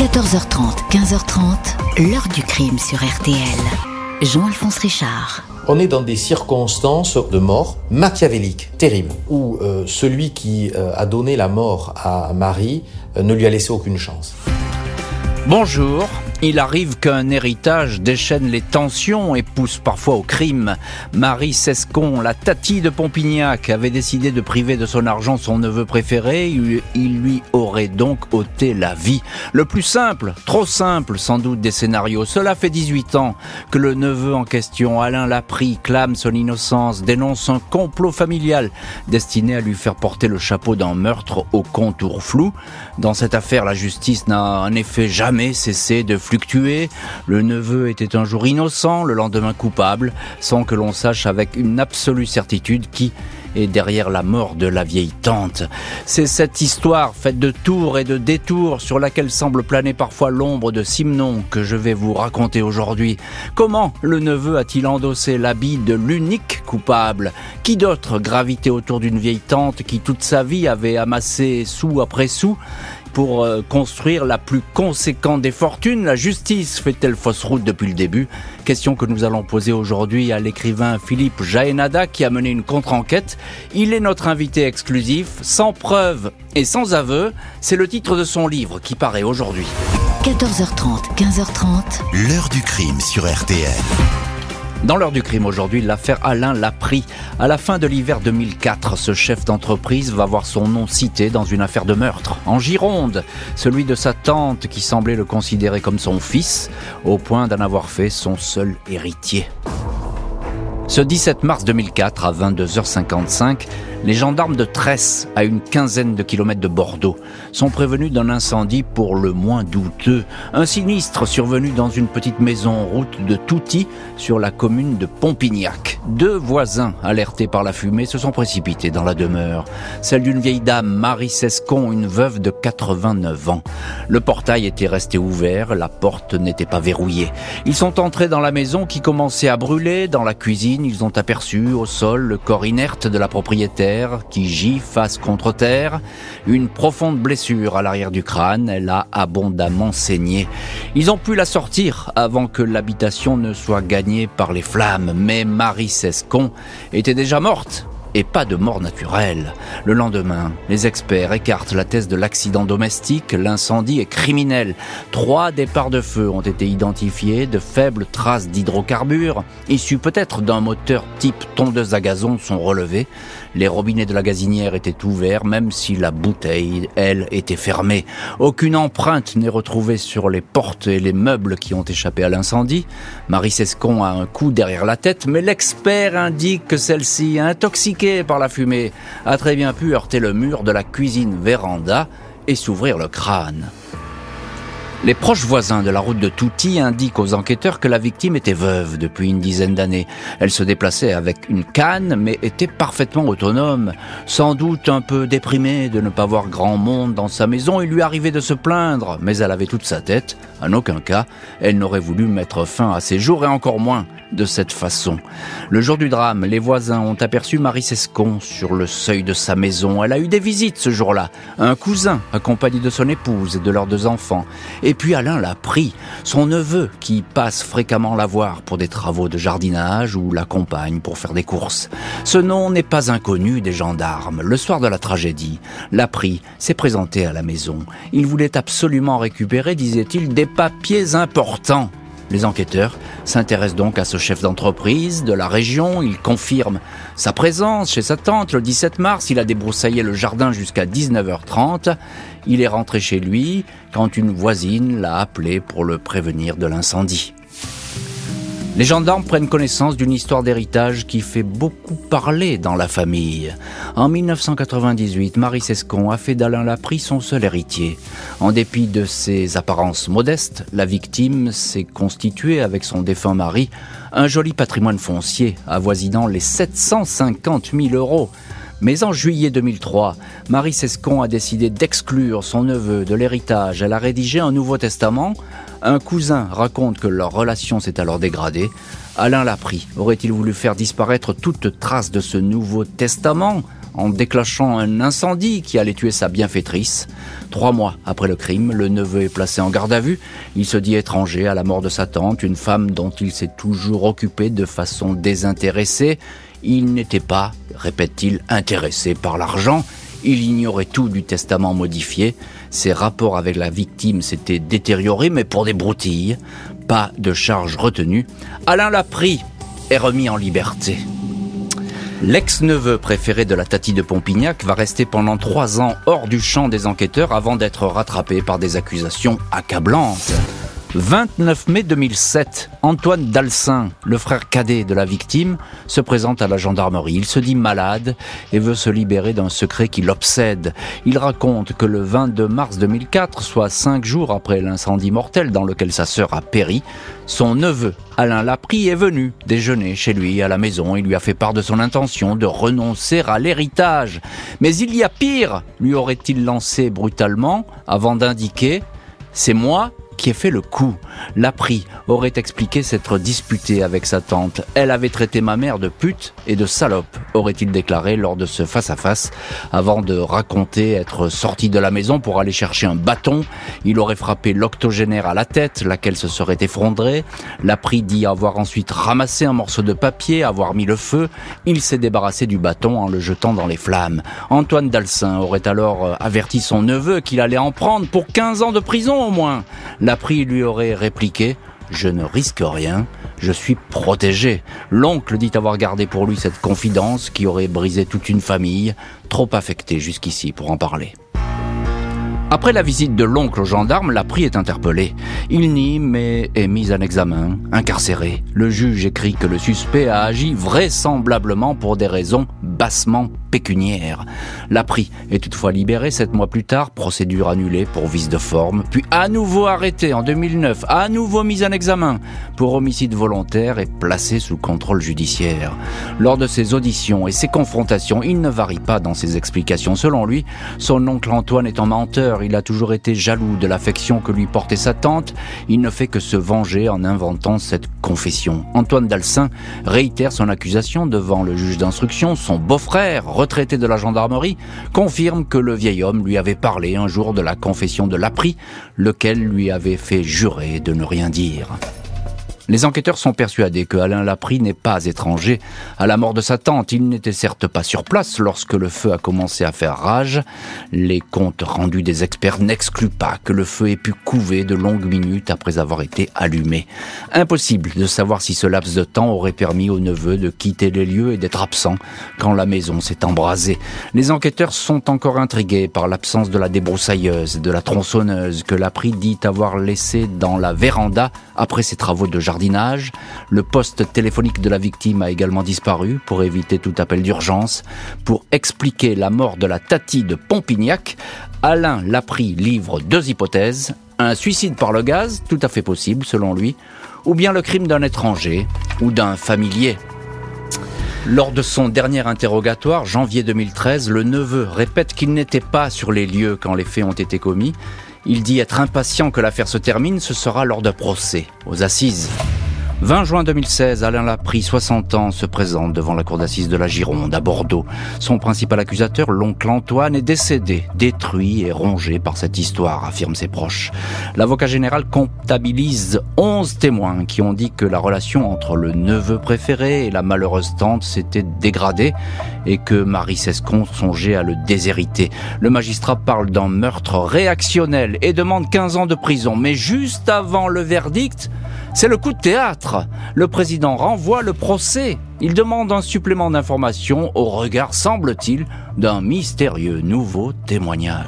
14h30, 15h30, l'heure du crime sur RTL. Jean-Alphonse Richard. On est dans des circonstances de mort machiavéliques, terribles, où celui qui a donné la mort à Marie ne lui a laissé aucune chance. Bonjour. Il arrive qu'un héritage déchaîne les tensions et pousse parfois au crime. Marie Cescon, la Tati de Pompignac, avait décidé de priver de son argent son neveu préféré. Il lui aurait donc ôté la vie. Le plus simple, trop simple sans doute des scénarios. Cela fait 18 ans que le neveu en question, Alain Laprie, clame son innocence, dénonce un complot familial destiné à lui faire porter le chapeau d'un meurtre au contour flou. Dans cette affaire, la justice n'a en effet jamais cessé de fluctuer. Le neveu était un jour innocent, le lendemain coupable, sans que l'on sache avec une absolue certitude qui est derrière la mort de la vieille tante. C'est cette histoire faite de tours et de détours sur laquelle semble planer parfois l'ombre de Simenon que je vais vous raconter aujourd'hui. Comment le neveu a-t-il endossé l'habit de l'unique coupable? Qui d'autre gravitait autour d'une vieille tante qui toute sa vie avait amassé sou après sou pour construire la plus conséquente des fortunes? La justice fait-elle fausse route depuis le début? Question que nous allons poser aujourd'hui à l'écrivain Philippe Jaénada qui a mené une contre-enquête. Il est notre invité exclusif, sans preuve et sans aveu. C'est le titre de son livre qui paraît aujourd'hui. 14h30, 15h30. L'heure du crime sur RTL. Dans l'heure du crime aujourd'hui, l'affaire Alain Laprie. À la fin de l'hiver 2004, ce chef d'entreprise va voir son nom cité dans une affaire de meurtre. En Gironde, celui de sa tante qui semblait le considérer comme son fils, au point d'en avoir fait son seul héritier. Ce 17 mars 2004, à 22h55, les gendarmes de Tresse, à une quinzaine de kilomètres de Bordeaux, sont prévenus d'un incendie pour le moins douteux. Un sinistre survenu dans une petite maison route de Touty, sur la commune de Pompignac. 2 voisins, alertés par la fumée, se sont précipités dans la demeure. Celle d'une vieille dame, Marie Cescon, une veuve de 89 ans. Le portail était resté ouvert, la porte n'était pas verrouillée. Ils sont entrés dans la maison qui commençait à brûler. Dans la cuisine, ils ont aperçu au sol le corps inerte de la propriétaire qui gît face contre terre. Une profonde blessure à l'arrière du crâne, elle a abondamment saigné. Ils ont pu la sortir avant que l'habitation ne soit gagnée par les flammes, mais Marie Cescon était déjà morte. Et pas de mort naturelle. Le lendemain, les experts écartent la thèse de l'accident domestique, l'incendie est criminel. 3 départs de feu ont été identifiés, de faibles traces d'hydrocarbures, issus peut-être d'un moteur type tondeuse à gazon, sont relevés. Les robinets de la gazinière étaient ouverts, même si la bouteille, elle, était fermée. Aucune empreinte n'est retrouvée sur les portes et les meubles qui ont échappé à l'incendie. Marie Cescon a un coup derrière la tête, mais l'expert indique que celle-ci, intoxiquée par la fumée, a très bien pu heurter le mur de la cuisine véranda et s'ouvrir le crâne. Les proches voisins de la route de Touty indiquent aux enquêteurs que la victime était veuve depuis une dizaine d'années. Elle se déplaçait avec une canne, mais était parfaitement autonome. Sans doute un peu déprimée de ne pas voir grand monde dans sa maison, il lui arrivait de se plaindre, mais elle avait toute sa tête. En aucun cas, elle n'aurait voulu mettre fin à ses jours, et encore moins de cette façon. Le jour du drame, les voisins ont aperçu Marie Cescon sur le seuil de sa maison. Elle a eu des visites ce jour-là. Un cousin, accompagné de son épouse et de leurs 2 enfants. Et puis Alain Laprie, son neveu, qui passe fréquemment la voir pour des travaux de jardinage ou l'accompagne pour faire des courses. Ce nom n'est pas inconnu des gendarmes. Le soir de la tragédie, Laprie s'est présenté à la maison. Il voulait absolument récupérer, disait-il, des papiers importants. Les enquêteurs s'intéressent donc à ce chef d'entreprise de la région. Il confirme sa présence chez sa tante le 17 mars. Il a débroussaillé le jardin jusqu'à 19h30. Il est rentré chez lui quand une voisine l'a appelé pour le prévenir de l'incendie. Les gendarmes prennent connaissance d'une histoire d'héritage qui fait beaucoup parler dans la famille. En 1998, Marie Cescon a fait d'Alain Laprie son seul héritier. En dépit de ses apparences modestes, la victime s'est constituée avec son défunt mari un joli patrimoine foncier avoisinant les 750 000 euros. Mais en juillet 2003, Marie Cescon a décidé d'exclure son neveu de l'héritage. Elle a rédigé un nouveau testament. Un cousin raconte que leur relation s'est alors dégradée. Alain Laprie aurait-il voulu faire disparaître toute trace de ce nouveau testament ? en déclenchant un incendie qui allait tuer sa bienfaitrice. 3 mois après le crime, le neveu est placé en garde à vue. Il se dit étranger à la mort de sa tante, une femme dont il s'est toujours occupé de façon désintéressée. Il n'était pas, répète-t-il, intéressé par l'argent. Il ignorait tout du testament modifié. Ses rapports avec la victime s'étaient détériorés, mais pour des broutilles. Pas de charge retenue. Alain Laprie est remis en liberté. L'ex-neveu préféré de la Tati de Pompignac va rester pendant 3 ans hors du champ des enquêteurs avant d'être rattrapé par des accusations accablantes. 29 mai 2007, Antoine Dalsin, le frère cadet de la victime, se présente à la gendarmerie. Il se dit malade et veut se libérer d'un secret qui l'obsède. Il raconte que le 22 mars 2004, soit 5 jours après l'incendie mortel dans lequel sa sœur a péri, son neveu, Alain Laprie, est venu déjeuner chez lui à la maison. Il lui a fait part de son intention de renoncer à l'héritage. Mais il y a pire, lui aurait-il lancé brutalement avant d'indiquer « C'est moi qui ai fait le coup ». Laprie aurait expliqué s'être disputé avec sa tante. Elle avait traité ma mère de pute et de salope, aurait-il déclaré lors de ce face-à-face, avant de raconter être sorti de la maison pour aller chercher un bâton. Il aurait frappé l'octogénaire à la tête, laquelle se serait effondrée. Laprie dit avoir ensuite ramassé un morceau de papier, avoir mis le feu. Il s'est débarrassé du bâton en le jetant dans les flammes. Antoine Dalsin aurait alors averti son neveu qu'il allait en prendre pour 15 ans de prison au moins. Laprie lui aurait répliqué « Je ne risque rien, je suis protégé ». L'oncle dit avoir gardé pour lui cette confidence qui aurait brisé toute une famille, trop affectée jusqu'ici pour en parler. Après la visite de l'oncle aux gendarmes, Laprie est interpellé. Il nie, mais est mis en examen, incarcéré. Le juge écrit que le suspect a agi vraisemblablement pour des raisons bassement pécuniaires. Laprie est toutefois libéré 7 mois plus tard, procédure annulée pour vice de forme, puis à nouveau arrêté en 2009, à nouveau mis en examen pour homicide volontaire et placé sous contrôle judiciaire. Lors de ses auditions et ses confrontations, il ne varie pas dans ses explications. Selon lui, son oncle Antoine est un menteur. Il a toujours été jaloux de l'affection que lui portait sa tante. Il ne fait que se venger en inventant cette confession. Antoine Dalsin réitère son accusation devant le juge d'instruction. Son beau-frère, retraité de la gendarmerie, confirme que le vieil homme lui avait parlé un jour de la confession de Laprie, lequel lui avait fait jurer de ne rien dire. Les enquêteurs sont persuadés que Alain Laprie n'est pas étranger à la mort de sa tante. Il n'était certes pas sur place lorsque le feu a commencé à faire rage. Les comptes rendus des experts n'excluent pas que le feu ait pu couver de longues minutes après avoir été allumé. Impossible de savoir si ce laps de temps aurait permis au neveu de quitter les lieux et d'être absent quand la maison s'est embrasée. Les enquêteurs sont encore intrigués par l'absence de la débroussailleuse, de la tronçonneuse que Laprie dit avoir laissée dans la véranda après ses travaux de jardinage. Le poste téléphonique de la victime a également disparu pour éviter tout appel d'urgence. Pour expliquer la mort de la Tati de Pompignac, Alain Laprie livre 2 hypothèses. Un suicide par le gaz, tout à fait possible selon lui, ou bien le crime d'un étranger ou d'un familier. Lors de son dernier interrogatoire, janvier 2013, le neveu répète qu'il n'était pas sur les lieux quand les faits ont été commis. Il dit être impatient que l'affaire se termine, ce sera lors d'un procès, aux assises. 20 juin 2016, Alain Laprie, 60 ans, se présente devant la cour d'assises de la Gironde, à Bordeaux. Son principal accusateur, l'oncle Antoine, est décédé, détruit et rongé par cette histoire, affirment ses proches. L'avocat général comptabilise 11 témoins qui ont dit que la relation entre le neveu préféré et la malheureuse tante s'était dégradée et que Marie Cescon songeait à le déshériter. Le magistrat parle d'un meurtre réactionnel et demande 15 ans de prison. Mais juste avant le verdict, c'est le coup de théâtre. Le président renvoie le procès. Il demande un supplément d'information au regard, semble-t-il, d'un mystérieux nouveau témoignage.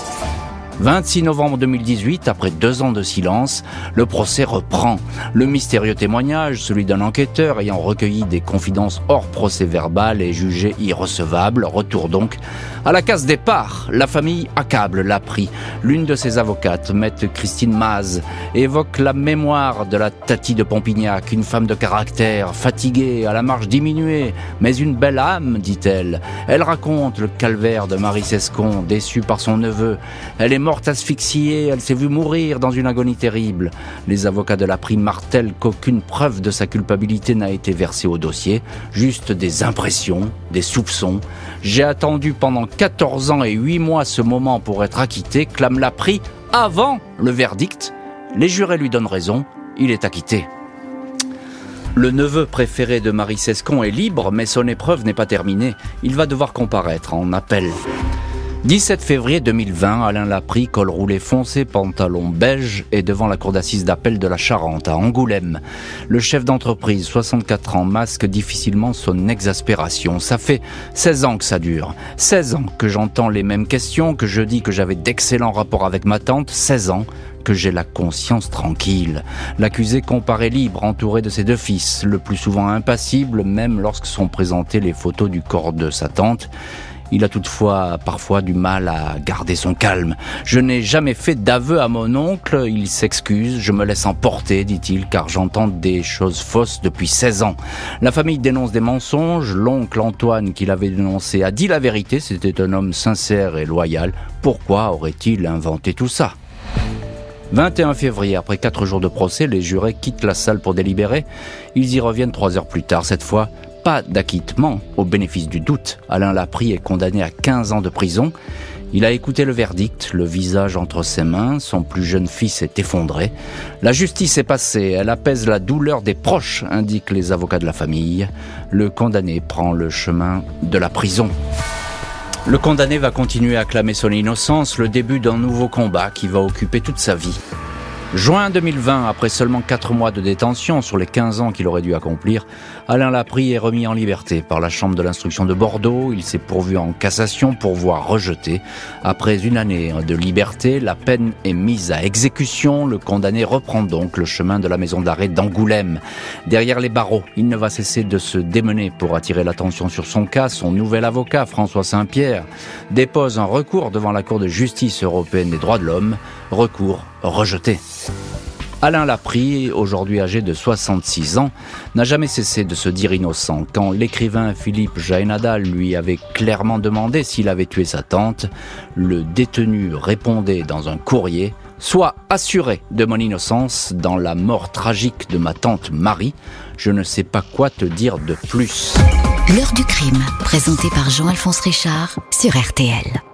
26 novembre 2018, après 2 ans de silence, le procès reprend. Le mystérieux témoignage, celui d'un enquêteur ayant recueilli des confidences hors procès verbal, est jugé irrecevable. Retour donc à la case départ. La famille accable Laprie. L'une de ses avocates, maître Christine Maz, évoque la mémoire de la Tati de Pompignac, une femme de caractère, fatiguée, à la marche diminuée, mais une belle âme, dit-elle. Elle raconte le calvaire de Marie Cescon, déçue par son neveu. Elle est morte asphyxiée, elle s'est vue mourir dans une agonie terrible. Les avocats de Laprie martèlent qu'aucune preuve de sa culpabilité n'a été versée au dossier, juste des impressions, des soupçons. J'ai attendu pendant 14 ans et 8 mois ce moment pour être acquitté, clame Laprie avant le verdict. Les jurés lui donnent raison, il est acquitté. Le neveu préféré de Marie Cescon est libre, mais son épreuve n'est pas terminée. Il va devoir comparaître en appel. 17 février 2020, Alain Laprie, col roulé foncé, pantalon beige, est devant la cour d'assises d'appel de la Charente, à Angoulême. Le chef d'entreprise, 64 ans, masque difficilement son exaspération. Ça fait 16 ans que ça dure. 16 ans que j'entends les mêmes questions, que je dis que j'avais d'excellents rapports avec ma tante. 16 ans que j'ai la conscience tranquille. L'accusé comparé libre, entouré de ses 2 fils, le plus souvent impassible, même lorsque sont présentées les photos du corps de sa tante. Il a toutefois parfois du mal à garder son calme. Je n'ai jamais fait d'aveu à mon oncle, il s'excuse, je me laisse emporter, dit-il, car j'entends des choses fausses depuis 16 ans. La famille dénonce des mensonges, l'oncle Antoine qui l'avait dénoncé a dit la vérité, c'était un homme sincère et loyal. Pourquoi aurait-il inventé tout ça ? 21 février, après 4 jours de procès, les jurés quittent la salle pour délibérer. Ils y reviennent 3 heures plus tard. Cette fois, pas d'acquittement. Au bénéfice du doute, Alain Laprie est condamné à 15 ans de prison. Il a écouté le verdict, le visage entre ses mains. Son plus jeune fils est effondré. La justice est passée. Elle apaise la douleur des proches, indiquent les avocats de la famille. Le condamné prend le chemin de la prison. Le condamné va continuer à clamer son innocence, le début d'un nouveau combat qui va occuper toute sa vie. Juin 2020, après seulement 4 mois de détention sur les 15 ans qu'il aurait dû accomplir, Alain Laprie est remis en liberté par la chambre de l'instruction de Bordeaux. Il s'est pourvu en cassation, pourvoi rejeté. Après 1 année de liberté, la peine est mise à exécution. Le condamné reprend donc le chemin de la maison d'arrêt d'Angoulême. Derrière les barreaux, il ne va cesser de se démener pour attirer l'attention sur son cas. Son nouvel avocat, François Saint-Pierre, dépose un recours devant la Cour de justice européenne des droits de l'homme. Recours rejeté. Alain Laprie, aujourd'hui âgé de 66 ans, n'a jamais cessé de se dire innocent. Quand l'écrivain Philippe Jaénada lui avait clairement demandé s'il avait tué sa tante, le détenu répondait dans un courrier « Sois assuré de mon innocence dans la mort tragique de ma tante Marie. Je ne sais pas quoi te dire de plus. » L'heure du crime, présenté par Jean-Alphonse Richard sur RTL.